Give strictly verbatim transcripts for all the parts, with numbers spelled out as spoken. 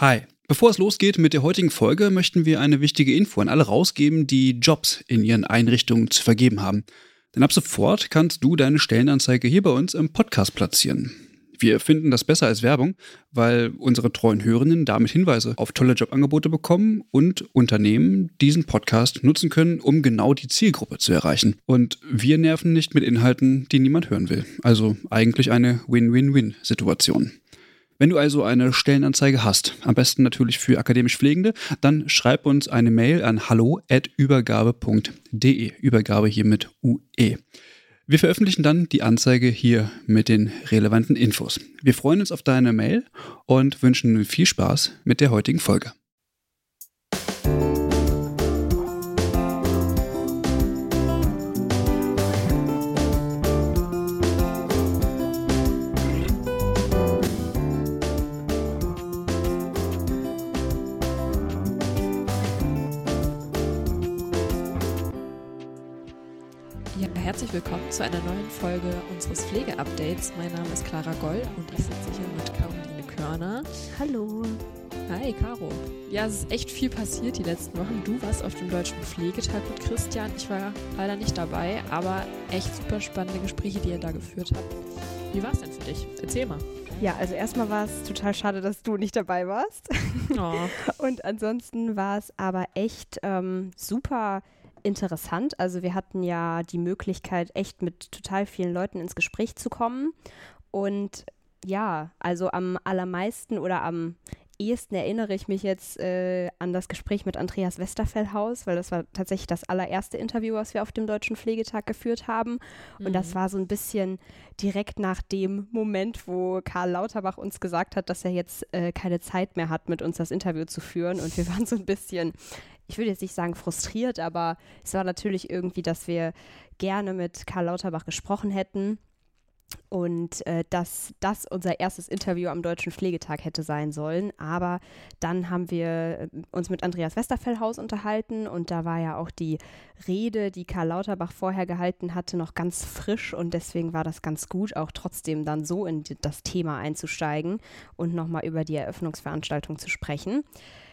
Hi. Bevor es losgeht mit der heutigen Folge, möchten wir eine wichtige Info an alle rausgeben, die Jobs in ihren Einrichtungen zu vergeben haben. Denn ab sofort kannst du deine Stellenanzeige hier bei uns im Podcast platzieren. Wir finden das besser als Werbung, weil unsere treuen Hörerinnen damit Hinweise auf tolle Jobangebote bekommen und Unternehmen diesen Podcast nutzen können, um genau die Zielgruppe zu erreichen. Und wir nerven nicht mit Inhalten, die niemand hören will. Also eigentlich eine Win-Win-Win-Situation. Wenn du also eine Stellenanzeige hast, am besten natürlich für akademisch Pflegende, dann schreib uns eine Mail an hallo at übergabe punkt de. Übergabe hier mit U E. Wir veröffentlichen dann die Anzeige hier mit den relevanten Infos. Wir freuen uns auf deine Mail und wünschen nun viel Spaß mit der heutigen Folge. Herzlich willkommen zu einer neuen Folge unseres Pflege-Updates. Mein Name ist Clara Goll und ich sitze hier mit Caroline Körner. Hallo. Hi, Caro. Ja, es ist echt viel passiert die letzten Wochen. Du warst auf dem Deutschen Pflegetag mit Christian. Ich war leider nicht dabei, aber echt super spannende Gespräche, die ihr da geführt habt. Wie war es denn für dich? Erzähl mal. Ja, also erstmal war es total schade, dass du nicht dabei warst. Oh. Und ansonsten war es aber echt ähm, super interessant. Also wir hatten ja die Möglichkeit, echt mit total vielen Leuten ins Gespräch zu kommen. Und ja, also am allermeisten oder am ehesten erinnere ich mich jetzt äh, an das Gespräch mit Andreas Westerfellhaus, weil das war tatsächlich das allererste Interview, was wir auf dem Deutschen Pflegetag geführt haben. Und mhm. das war so ein bisschen direkt nach dem Moment, wo Karl Lauterbach uns gesagt hat, dass er jetzt äh, keine Zeit mehr hat, mit uns das Interview zu führen. Und wir waren so ein bisschen, ich würde jetzt nicht sagen frustriert, aber es war natürlich irgendwie, dass wir gerne mit Karl Lauterbach gesprochen hätten und äh, dass das unser erstes Interview am Deutschen Pflegetag hätte sein sollen. Aber dann haben wir uns mit Andreas Westerfellhaus unterhalten und da war ja auch die Rede, die Karl Lauterbach vorher gehalten hatte, noch ganz frisch und deswegen war das ganz gut, auch trotzdem dann so in die, das Thema einzusteigen und nochmal über die Eröffnungsveranstaltung zu sprechen.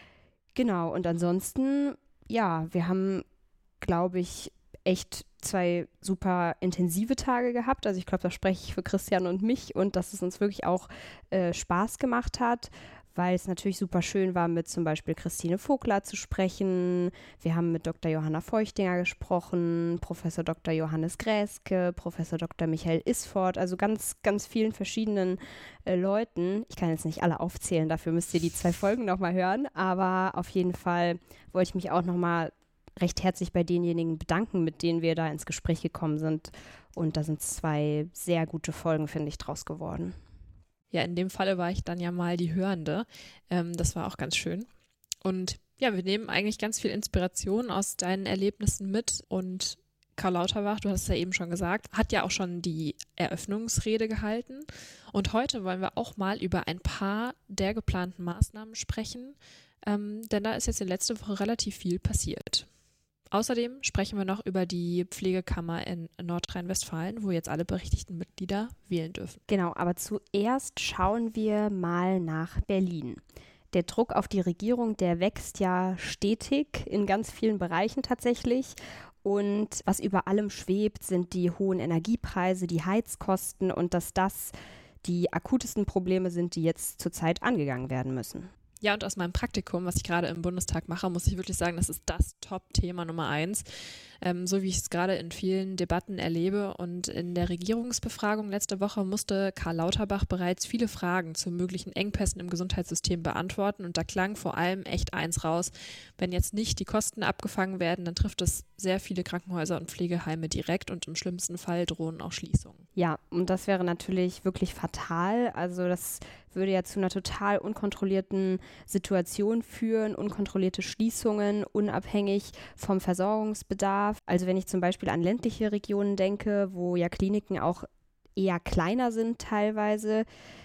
Genau, und ansonsten, ja, wir haben, glaube ich, echt zwei super intensive Tage gehabt. Also ich glaube, da spreche ich für Christian und mich und dass es uns wirklich auch äh, Spaß gemacht hat, weil es natürlich super schön war, mit zum Beispiel Christine Vogler zu sprechen. Wir haben mit Doktor Johanna Feuchtinger gesprochen, Professor Doktor Johannes Gräske, Professor Doktor Michael Isford, also ganz, ganz vielen verschiedenen äh, Leuten. Ich kann jetzt nicht alle aufzählen, dafür müsst ihr die zwei Folgen nochmal hören, aber auf jeden Fall wollte ich mich auch nochmal recht herzlich bei denjenigen bedanken, mit denen wir da ins Gespräch gekommen sind. Und da sind zwei sehr gute Folgen, finde ich, draus geworden. Ja, in dem Falle war ich dann ja mal die Hörende. Ähm, das war auch ganz schön. Und ja, wir nehmen eigentlich ganz viel Inspiration aus deinen Erlebnissen mit. Und Karl Lauterbach, du hast es ja eben schon gesagt, hat ja auch schon die Eröffnungsrede gehalten. Und heute wollen wir auch mal über ein paar der geplanten Maßnahmen sprechen. Ähm, denn da ist jetzt in letzter Woche relativ viel passiert. Außerdem sprechen wir noch über die Pflegekammer in Nordrhein-Westfalen, wo jetzt alle berechtigten Mitglieder wählen dürfen. Genau, aber zuerst schauen wir mal nach Berlin. Der Druck auf die Regierung, der wächst ja stetig in ganz vielen Bereichen tatsächlich. Und was über allem schwebt, sind die hohen Energiepreise, die Heizkosten und dass das die akutesten Probleme sind, die jetzt zurzeit angegangen werden müssen. Ja, und aus meinem Praktikum, was ich gerade im Bundestag mache, muss ich wirklich sagen, das ist das Top-Thema Nummer eins. Ähm, so wie ich es gerade in vielen Debatten erlebe. Und in der Regierungsbefragung letzte Woche musste Karl Lauterbach bereits viele Fragen zu möglichen Engpässen im Gesundheitssystem beantworten. Und da klang vor allem echt eins raus: Wenn jetzt nicht die Kosten abgefangen werden, dann trifft es sehr viele Krankenhäuser und Pflegeheime direkt und im schlimmsten Fall drohen auch Schließungen. Ja, und das wäre natürlich wirklich fatal. Also das würde ja zu einer total unkontrollierten Situation führen, unkontrollierte Schließungen, unabhängig vom Versorgungsbedarf. Also wenn ich zum Beispiel an ländliche Regionen denke, wo ja Kliniken auch eher kleiner sind teilweise,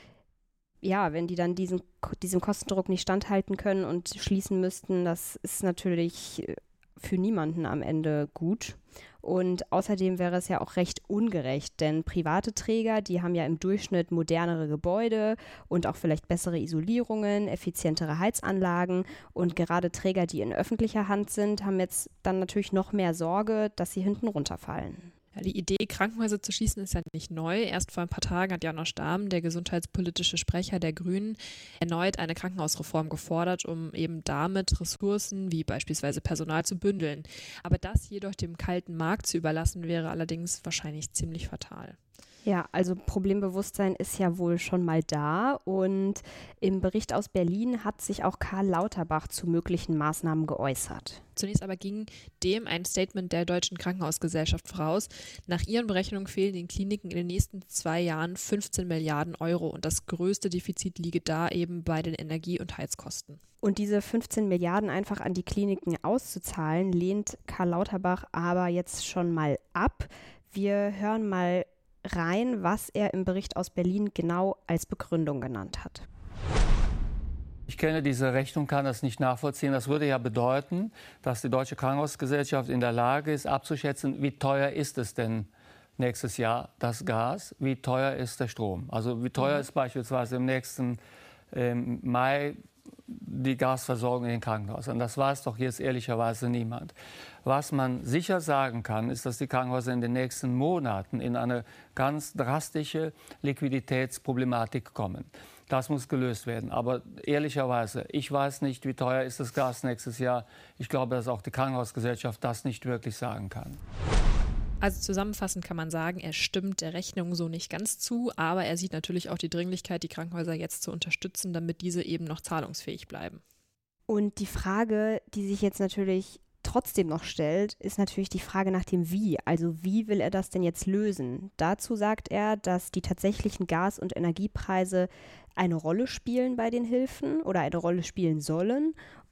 ja, wenn die dann diesen, diesem Kostendruck nicht standhalten können und schließen müssten, das ist natürlich für niemanden am Ende gut. Und außerdem wäre es ja auch recht ungerecht, denn private Träger, die haben ja im Durchschnitt modernere Gebäude und auch vielleicht bessere Isolierungen, effizientere Heizanlagen. Und gerade Träger, die in öffentlicher Hand sind, haben jetzt dann natürlich noch mehr Sorge, dass sie hinten runterfallen. Ja, die Idee, Krankenhäuser zu schließen, ist ja nicht neu. Erst vor ein paar Tagen hat Janosch Dahm, der gesundheitspolitische Sprecher der Grünen, erneut eine Krankenhausreform gefordert, um eben damit Ressourcen wie beispielsweise Personal zu bündeln. Aber das jedoch dem kalten Markt zu überlassen, wäre allerdings wahrscheinlich ziemlich fatal. Ja, also Problembewusstsein ist ja wohl schon mal da und im Bericht aus Berlin hat sich auch Karl Lauterbach zu möglichen Maßnahmen geäußert. Zunächst aber ging dem ein Statement der Deutschen Krankenhausgesellschaft voraus. Nach ihren Berechnungen fehlen den Kliniken in den nächsten zwei Jahren fünfzehn Milliarden Euro und das größte Defizit liege da eben bei den Energie- und Heizkosten. Und diese fünfzehn Milliarden einfach an die Kliniken auszuzahlen, lehnt Karl Lauterbach aber jetzt schon mal ab. Wir hören mal rein, was er im Bericht aus Berlin genau als Begründung genannt hat. Ich kenne diese Rechnung, kann das nicht nachvollziehen. Das würde ja bedeuten, dass die Deutsche Krankenhausgesellschaft in der Lage ist, abzuschätzen, wie teuer ist es denn nächstes Jahr das Gas, wie teuer ist der Strom. Also wie teuer ist beispielsweise im nächsten ähm, Mai die Gasversorgung in den Krankenhäusern. Das weiß doch jetzt ehrlicherweise niemand. Was man sicher sagen kann, ist, dass die Krankenhäuser in den nächsten Monaten in eine ganz drastische Liquiditätsproblematik kommen. Das muss gelöst werden. Aber ehrlicherweise, ich weiß nicht, wie teuer ist das Gas nächstes Jahr. Ich glaube, dass auch die Krankenhausgesellschaft das nicht wirklich sagen kann. Also zusammenfassend kann man sagen, er stimmt der Rechnung so nicht ganz zu, aber er sieht natürlich auch die Dringlichkeit, die Krankenhäuser jetzt zu unterstützen, damit diese eben noch zahlungsfähig bleiben. Und die Frage, die sich jetzt natürlich trotzdem noch stellt, ist natürlich die Frage nach dem Wie. Also wie will er das denn jetzt lösen? Dazu sagt er, dass die tatsächlichen Gas- und Energiepreise eine Rolle spielen bei den Hilfen oder eine Rolle spielen sollen.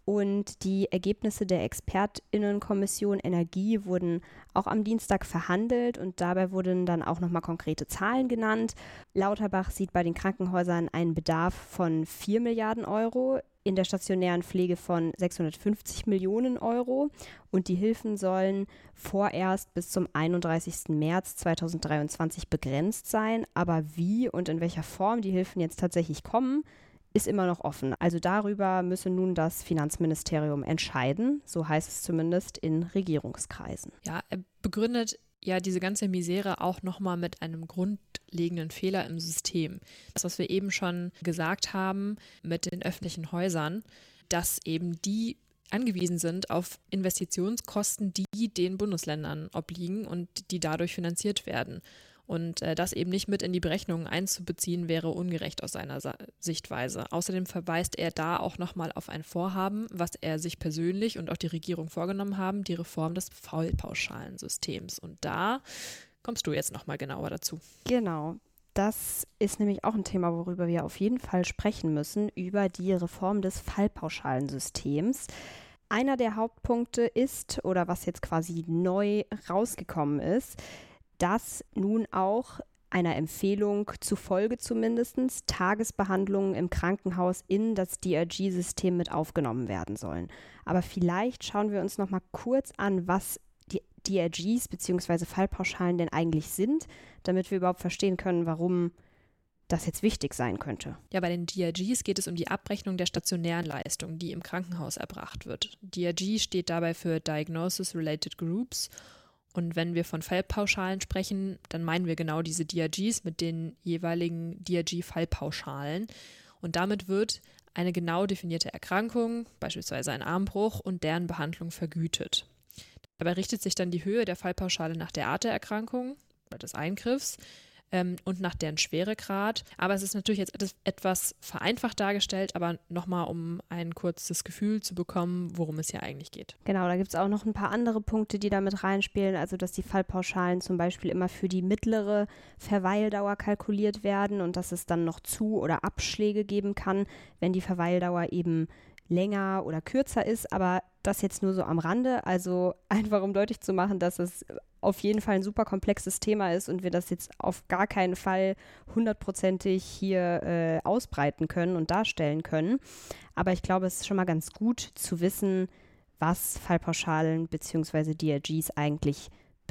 Und die Ergebnisse der ExpertInnenkommission Energie wurden auch am Dienstag verhandelt und dabei wurden dann auch nochmal konkrete Zahlen genannt. Lauterbach sieht bei den Krankenhäusern einen Bedarf von vier Milliarden Euro, in der stationären Pflege von sechshundertfünfzig Millionen Euro und die Hilfen sollen vorerst bis zum einunddreißigsten März zweitausenddreiundzwanzig begrenzt sein. Aber wie und in welcher Form die Hilfen jetzt tatsächlich kommen, ist immer noch offen. Also darüber müsse nun das Finanzministerium entscheiden, so heißt es zumindest in Regierungskreisen. Ja, er begründet ja diese ganze Misere auch nochmal mit einem grundlegenden Fehler im System. Das, was wir eben schon gesagt haben mit den öffentlichen Häusern, dass eben die angewiesen sind auf Investitionskosten, die den Bundesländern obliegen und die dadurch finanziert werden. Und äh, das eben nicht mit in die Berechnungen einzubeziehen, wäre ungerecht aus seiner Sa- Sichtweise. Außerdem verweist er da auch nochmal auf ein Vorhaben, was er sich persönlich und auch die Regierung vorgenommen haben, die Reform des Fallpauschalensystems. Und da kommst du jetzt nochmal genauer dazu. Genau. Das ist nämlich auch ein Thema, worüber wir auf jeden Fall sprechen müssen, über die Reform des Fallpauschalensystems. Einer der Hauptpunkte ist, oder was jetzt quasi neu rausgekommen ist, dass nun auch einer Empfehlung zufolge zumindest Tagesbehandlungen im Krankenhaus in das D R G-System mit aufgenommen werden sollen. Aber vielleicht schauen wir uns noch mal kurz an, was die D R Gs bzw. Fallpauschalen denn eigentlich sind, damit wir überhaupt verstehen können, warum das jetzt wichtig sein könnte. Ja, bei den D R Gs geht es um die Abrechnung der stationären Leistung, die im Krankenhaus erbracht wird. D R G steht dabei für Diagnosis-Related Groups. Und wenn wir von Fallpauschalen sprechen, dann meinen wir genau diese D R Gs mit den jeweiligen D R G-Fallpauschalen. Und damit wird eine genau definierte Erkrankung, beispielsweise ein Armbruch, und deren Behandlung vergütet. Dabei richtet sich dann die Höhe der Fallpauschale nach der Art der Erkrankung oder des Eingriffs ähm, und nach deren Schweregrad. Aber es ist natürlich jetzt etwas vereinfacht dargestellt, aber nochmal, um ein kurzes Gefühl zu bekommen, worum es hier eigentlich geht. Genau, da gibt es auch noch ein paar andere Punkte, die da mit reinspielen. Also, dass die Fallpauschalen zum Beispiel immer für die mittlere Verweildauer kalkuliert werden und dass es dann noch Zu- oder Abschläge geben kann, wenn die Verweildauer eben länger oder kürzer ist, aber das jetzt nur so am Rande, also einfach um deutlich zu machen, dass es auf jeden Fall ein super komplexes Thema ist und wir das jetzt auf gar keinen Fall hundertprozentig hier äh, ausbreiten können und darstellen können. Aber ich glaube, es ist schon mal ganz gut zu wissen, was Fallpauschalen bzw. D R Gs eigentlich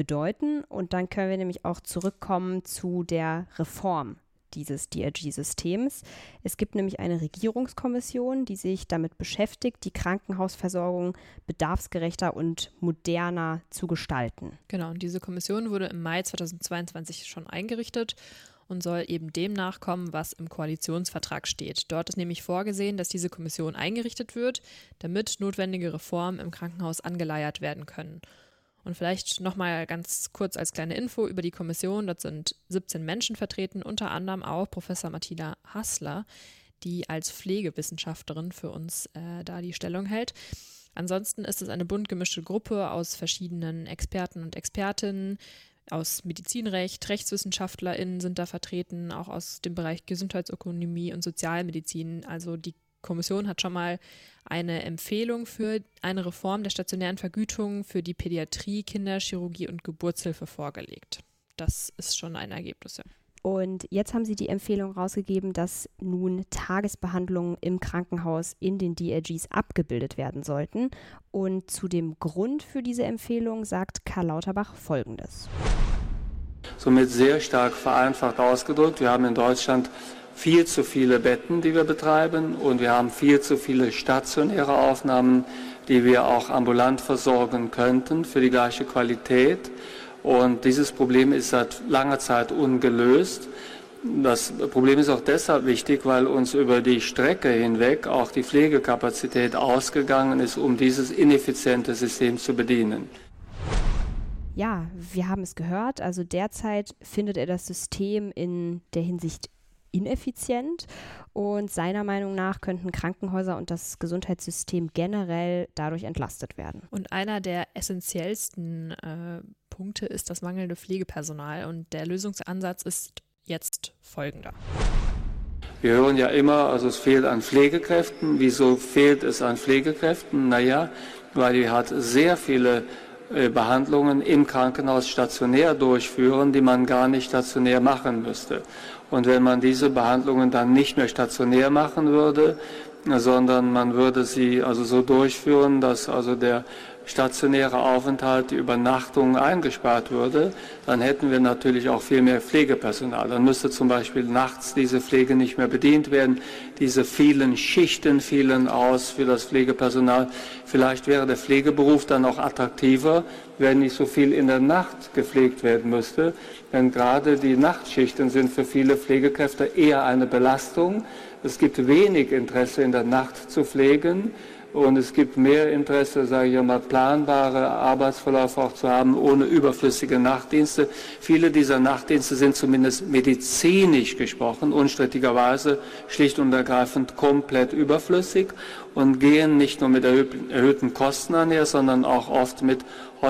bedeuten. Und dann können wir nämlich auch zurückkommen zu der Reform dieses D R G-Systems. Es gibt nämlich eine Regierungskommission, die sich damit beschäftigt, die Krankenhausversorgung bedarfsgerechter und moderner zu gestalten. Genau, und diese Kommission wurde im Mai zweitausendzweiundzwanzig schon eingerichtet und soll eben dem nachkommen, was im Koalitionsvertrag steht. Dort ist nämlich vorgesehen, dass diese Kommission eingerichtet wird, damit notwendige Reformen im Krankenhaus angeleiert werden können. Und vielleicht nochmal ganz kurz als kleine Info über die Kommission. Dort sind siebzehn Menschen vertreten, unter anderem auch Professor Martina Hassler, die als Pflegewissenschaftlerin für uns äh, da die Stellung hält. Ansonsten ist es eine bunt gemischte Gruppe aus verschiedenen Experten und Expertinnen, aus Medizinrecht, RechtswissenschaftlerInnen sind da vertreten, auch aus dem Bereich Gesundheitsökonomie und Sozialmedizin. Also die Kommission hat schon mal eine Empfehlung für eine Reform der stationären Vergütung für die Pädiatrie, Kinderchirurgie und Geburtshilfe vorgelegt. Das ist schon ein Ergebnis, ja. Und jetzt haben sie die Empfehlung rausgegeben, dass nun Tagesbehandlungen im Krankenhaus in den D R Gs abgebildet werden sollten. Und zu dem Grund für diese Empfehlung sagt Karl Lauterbach Folgendes. Somit sehr stark vereinfacht ausgedrückt. Wir haben in Deutschland viel zu viele Betten, die wir betreiben, und wir haben viel zu viele stationäre Aufnahmen, die wir auch ambulant versorgen könnten für die gleiche Qualität. Und dieses Problem ist seit langer Zeit ungelöst. Das Problem ist auch deshalb wichtig, weil uns über die Strecke hinweg auch die Pflegekapazität ausgegangen ist, um dieses ineffiziente System zu bedienen. Ja, wir haben es gehört. Also derzeit findet er das System in der Hinsicht ineffizient, und seiner Meinung nach könnten Krankenhäuser und das Gesundheitssystem generell dadurch entlastet werden. Und einer der essentiellsten äh, Punkte ist das mangelnde Pflegepersonal, und der Lösungsansatz ist jetzt folgender. Wir hören ja immer, also es fehlt an Pflegekräften. Wieso fehlt es an Pflegekräften? Naja, weil die hat sehr viele äh, Behandlungen im Krankenhaus stationär durchführen, die man gar nicht stationär machen müsste. Und wenn man diese Behandlungen dann nicht mehr stationär machen würde, sondern man würde sie also so durchführen, dass also der stationäre Aufenthalt, die Übernachtung eingespart würde, dann hätten wir natürlich auch viel mehr Pflegepersonal. Dann müsste zum Beispiel nachts diese Pflege nicht mehr bedient werden. Diese vielen Schichten fielen aus für das Pflegepersonal. Vielleicht wäre der Pflegeberuf dann auch attraktiver, wenn nicht so viel in der Nacht gepflegt werden müsste. Denn gerade die Nachtschichten sind für viele Pflegekräfte eher eine Belastung. Es gibt wenig Interesse, in der Nacht zu pflegen. Und es gibt mehr Interesse, sage ich mal, planbare Arbeitsverläufe auch zu haben, ohne überflüssige Nachtdienste. Viele dieser Nachtdienste sind zumindest medizinisch gesprochen, unstrittigerweise schlicht und ergreifend komplett überflüssig und gehen nicht nur mit erhöhten Kosten einher, sondern auch oft mit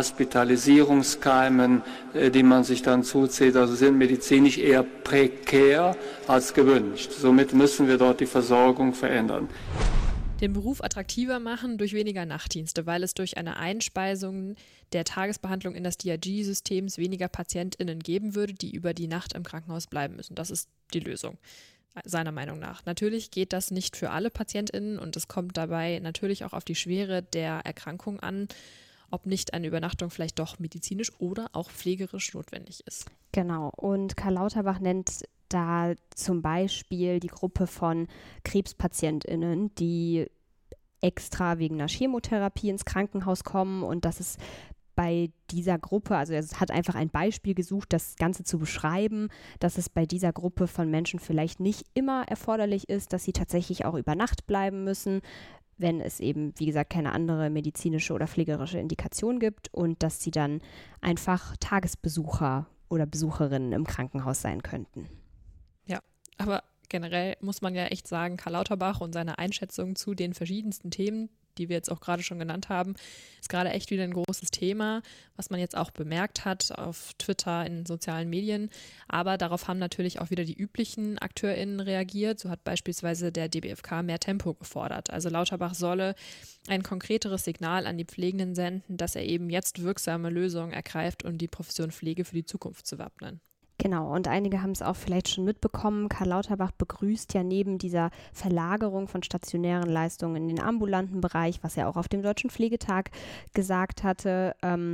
Hospitalisierungskeimen, die man sich dann zuzieht. Also sind medizinisch eher prekär als gewünscht. Somit müssen wir dort die Versorgung verändern. Den Beruf attraktiver machen durch weniger Nachtdienste, weil es durch eine Einspeisung der Tagesbehandlung in das D R G-System weniger PatientInnen geben würde, die über die Nacht im Krankenhaus bleiben müssen. Das ist die Lösung, seiner Meinung nach. Natürlich geht das nicht für alle PatientInnen, und es kommt dabei natürlich auch auf die Schwere der Erkrankung an, ob nicht eine Übernachtung vielleicht doch medizinisch oder auch pflegerisch notwendig ist. Genau, und Karl Lauterbach nennt da zum Beispiel die Gruppe von KrebspatientInnen, die extra wegen einer Chemotherapie ins Krankenhaus kommen, und das ist bei dieser Gruppe, also er hat einfach ein Beispiel gesucht, das Ganze zu beschreiben, dass es bei dieser Gruppe von Menschen vielleicht nicht immer erforderlich ist, dass sie tatsächlich auch über Nacht bleiben müssen, wenn es eben, wie gesagt, keine andere medizinische oder pflegerische Indikation gibt, und dass sie dann einfach Tagesbesucher oder Besucherinnen im Krankenhaus sein könnten. Ja, aber generell muss man ja echt sagen, Karl Lauterbach und seine Einschätzung zu den verschiedensten Themen, die wir jetzt auch gerade schon genannt haben, ist gerade echt wieder ein großes Thema, was man jetzt auch bemerkt hat auf Twitter, in sozialen Medien. Aber darauf haben natürlich auch wieder die üblichen AkteurInnen reagiert. So hat beispielsweise der D B F K mehr Tempo gefordert. Also Lauterbach solle ein konkreteres Signal an die Pflegenden senden, dass er eben jetzt wirksame Lösungen ergreift, um die Profession Pflege für die Zukunft zu wappnen. Genau, und einige haben es auch vielleicht schon mitbekommen. Karl Lauterbach begrüßt ja neben dieser Verlagerung von stationären Leistungen in den ambulanten Bereich, was er auch auf dem Deutschen Pflegetag gesagt hatte, ähm,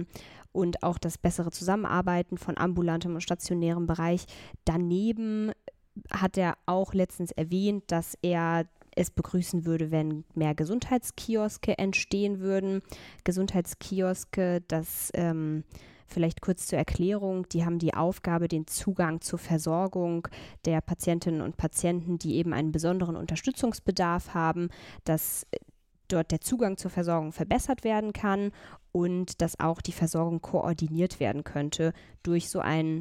und auch das bessere Zusammenarbeiten von ambulantem und stationärem Bereich. Daneben hat er auch letztens erwähnt, dass er es begrüßen würde, wenn mehr Gesundheitskioske entstehen würden. Gesundheitskioske, das ähm, vielleicht kurz zur Erklärung, die haben die Aufgabe, den Zugang zur Versorgung der Patientinnen und Patienten, die eben einen besonderen Unterstützungsbedarf haben, dass dort der Zugang zur Versorgung verbessert werden kann und dass auch die Versorgung koordiniert werden könnte durch so ein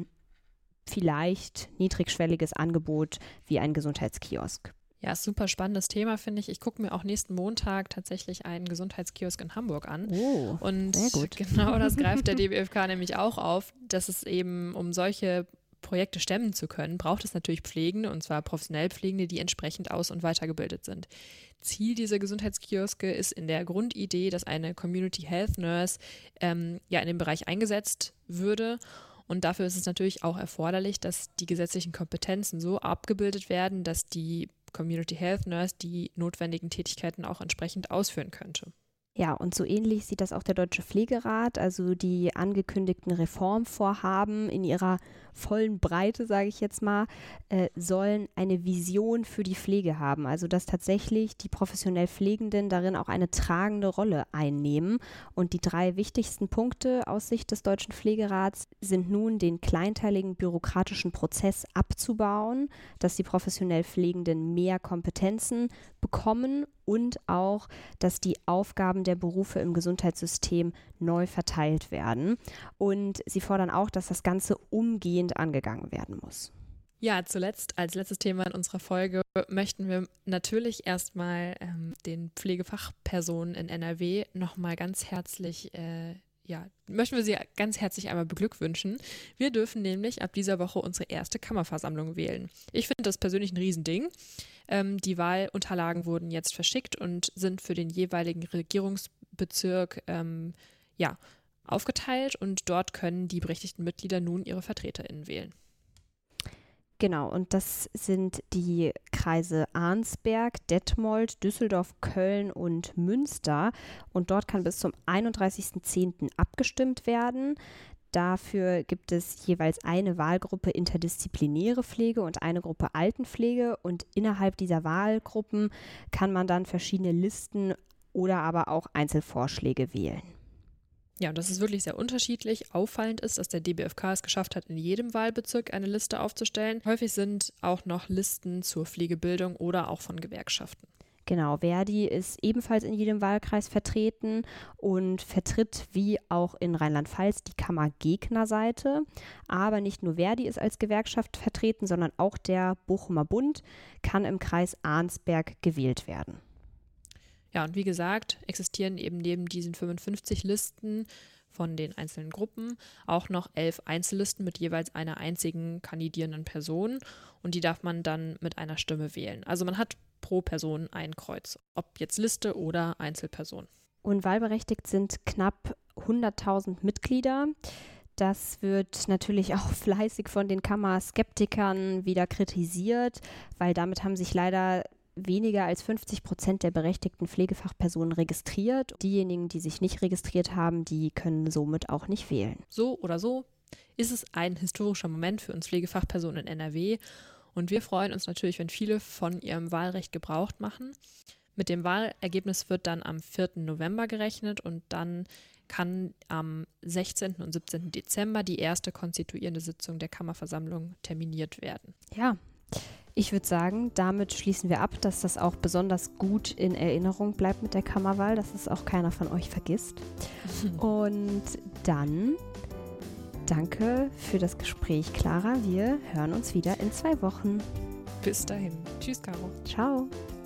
vielleicht niedrigschwelliges Angebot wie ein Gesundheitskiosk. Ja, super spannendes Thema, finde ich. Ich gucke mir auch nächsten Montag tatsächlich einen Gesundheitskiosk in Hamburg an. Oh, und sehr gut. Genau das greift der D B F K nämlich auch auf, dass es eben, um solche Projekte stemmen zu können, braucht es natürlich Pflegende, und zwar professionell Pflegende, die entsprechend aus- und weitergebildet sind. Ziel dieser Gesundheitskioske ist in der Grundidee, dass eine Community Health Nurse ähm, ja in dem Bereich eingesetzt würde. Und dafür ist es natürlich auch erforderlich, dass die gesetzlichen Kompetenzen so abgebildet werden, dass die Community Health Nurse die notwendigen Tätigkeiten auch entsprechend ausführen könnte. Ja, und so ähnlich sieht das auch der Deutsche Pflegerat. Also die angekündigten Reformvorhaben in ihrer vollen Breite, sage ich jetzt mal, äh, sollen eine Vision für die Pflege haben. Also dass tatsächlich die professionell Pflegenden darin auch eine tragende Rolle einnehmen. Und die drei wichtigsten Punkte aus Sicht des Deutschen Pflegerats sind nun, den kleinteiligen bürokratischen Prozess abzubauen, dass die professionell Pflegenden mehr Kompetenzen bekommen und auch, dass die Aufgaben der Berufe im Gesundheitssystem neu verteilt werden. Und sie fordern auch, dass das Ganze umgehend angegangen werden muss. Ja, zuletzt, als letztes Thema in unserer Folge, möchten wir natürlich erstmal ähm, den Pflegefachpersonen in N R W nochmal ganz herzlich äh, Ja, möchten wir Sie ganz herzlich einmal beglückwünschen. Wir dürfen nämlich ab dieser Woche unsere erste Kammerversammlung wählen. Ich finde das persönlich ein Riesending. Ähm, die Wahlunterlagen wurden jetzt verschickt und sind für den jeweiligen Regierungsbezirk ähm, ja, aufgeteilt, und dort können die berechtigten Mitglieder nun ihre VertreterInnen wählen. Genau, und das sind die Kreise Arnsberg, Detmold, Düsseldorf, Köln und Münster. Und dort kann bis zum einunddreißigsten zehnten abgestimmt werden. Dafür gibt es jeweils eine Wahlgruppe interdisziplinäre Pflege und eine Gruppe Altenpflege. Und innerhalb dieser Wahlgruppen kann man dann verschiedene Listen oder aber auch Einzelvorschläge wählen. Ja, und das ist wirklich sehr unterschiedlich. Auffallend ist, dass der D B F K es geschafft hat, in jedem Wahlbezirk eine Liste aufzustellen. Häufig sind auch noch Listen zur Pflegebildung oder auch von Gewerkschaften. Genau, Verdi ist ebenfalls in jedem Wahlkreis vertreten und vertritt wie auch in Rheinland-Pfalz die Kammergegnerseite. Aber nicht nur Verdi ist als Gewerkschaft vertreten, sondern auch der Bochumer Bund kann im Kreis Arnsberg gewählt werden. Ja, und wie gesagt, existieren eben neben diesen fünfundfünfzig Listen von den einzelnen Gruppen auch noch elf Einzellisten mit jeweils einer einzigen kandidierenden Person, und die darf man dann mit einer Stimme wählen. Also man hat pro Person ein Kreuz, ob jetzt Liste oder Einzelperson. Und wahlberechtigt sind knapp hunderttausend Mitglieder. Das wird natürlich auch fleißig von den Kammerskeptikern wieder kritisiert, weil damit haben sich leider weniger als fünfzig Prozent der berechtigten Pflegefachpersonen registriert. Diejenigen, die sich nicht registriert haben, die können somit auch nicht wählen. So oder so ist es ein historischer Moment für uns Pflegefachpersonen in N R W, und wir freuen uns natürlich, wenn viele von ihrem Wahlrecht Gebrauch machen. Mit dem Wahlergebnis wird dann am vierten November gerechnet, und dann kann am sechzehnten und siebzehnten Dezember die erste konstituierende Sitzung der Kammerversammlung terminiert werden. Ja, ich würde sagen, damit schließen wir ab, dass das auch besonders gut in Erinnerung bleibt mit der Kammerwahl, dass es auch keiner von euch vergisst. Und dann danke für das Gespräch, Clara. Wir hören uns wieder in zwei Wochen. Bis dahin. Tschüss, Caro. Ciao.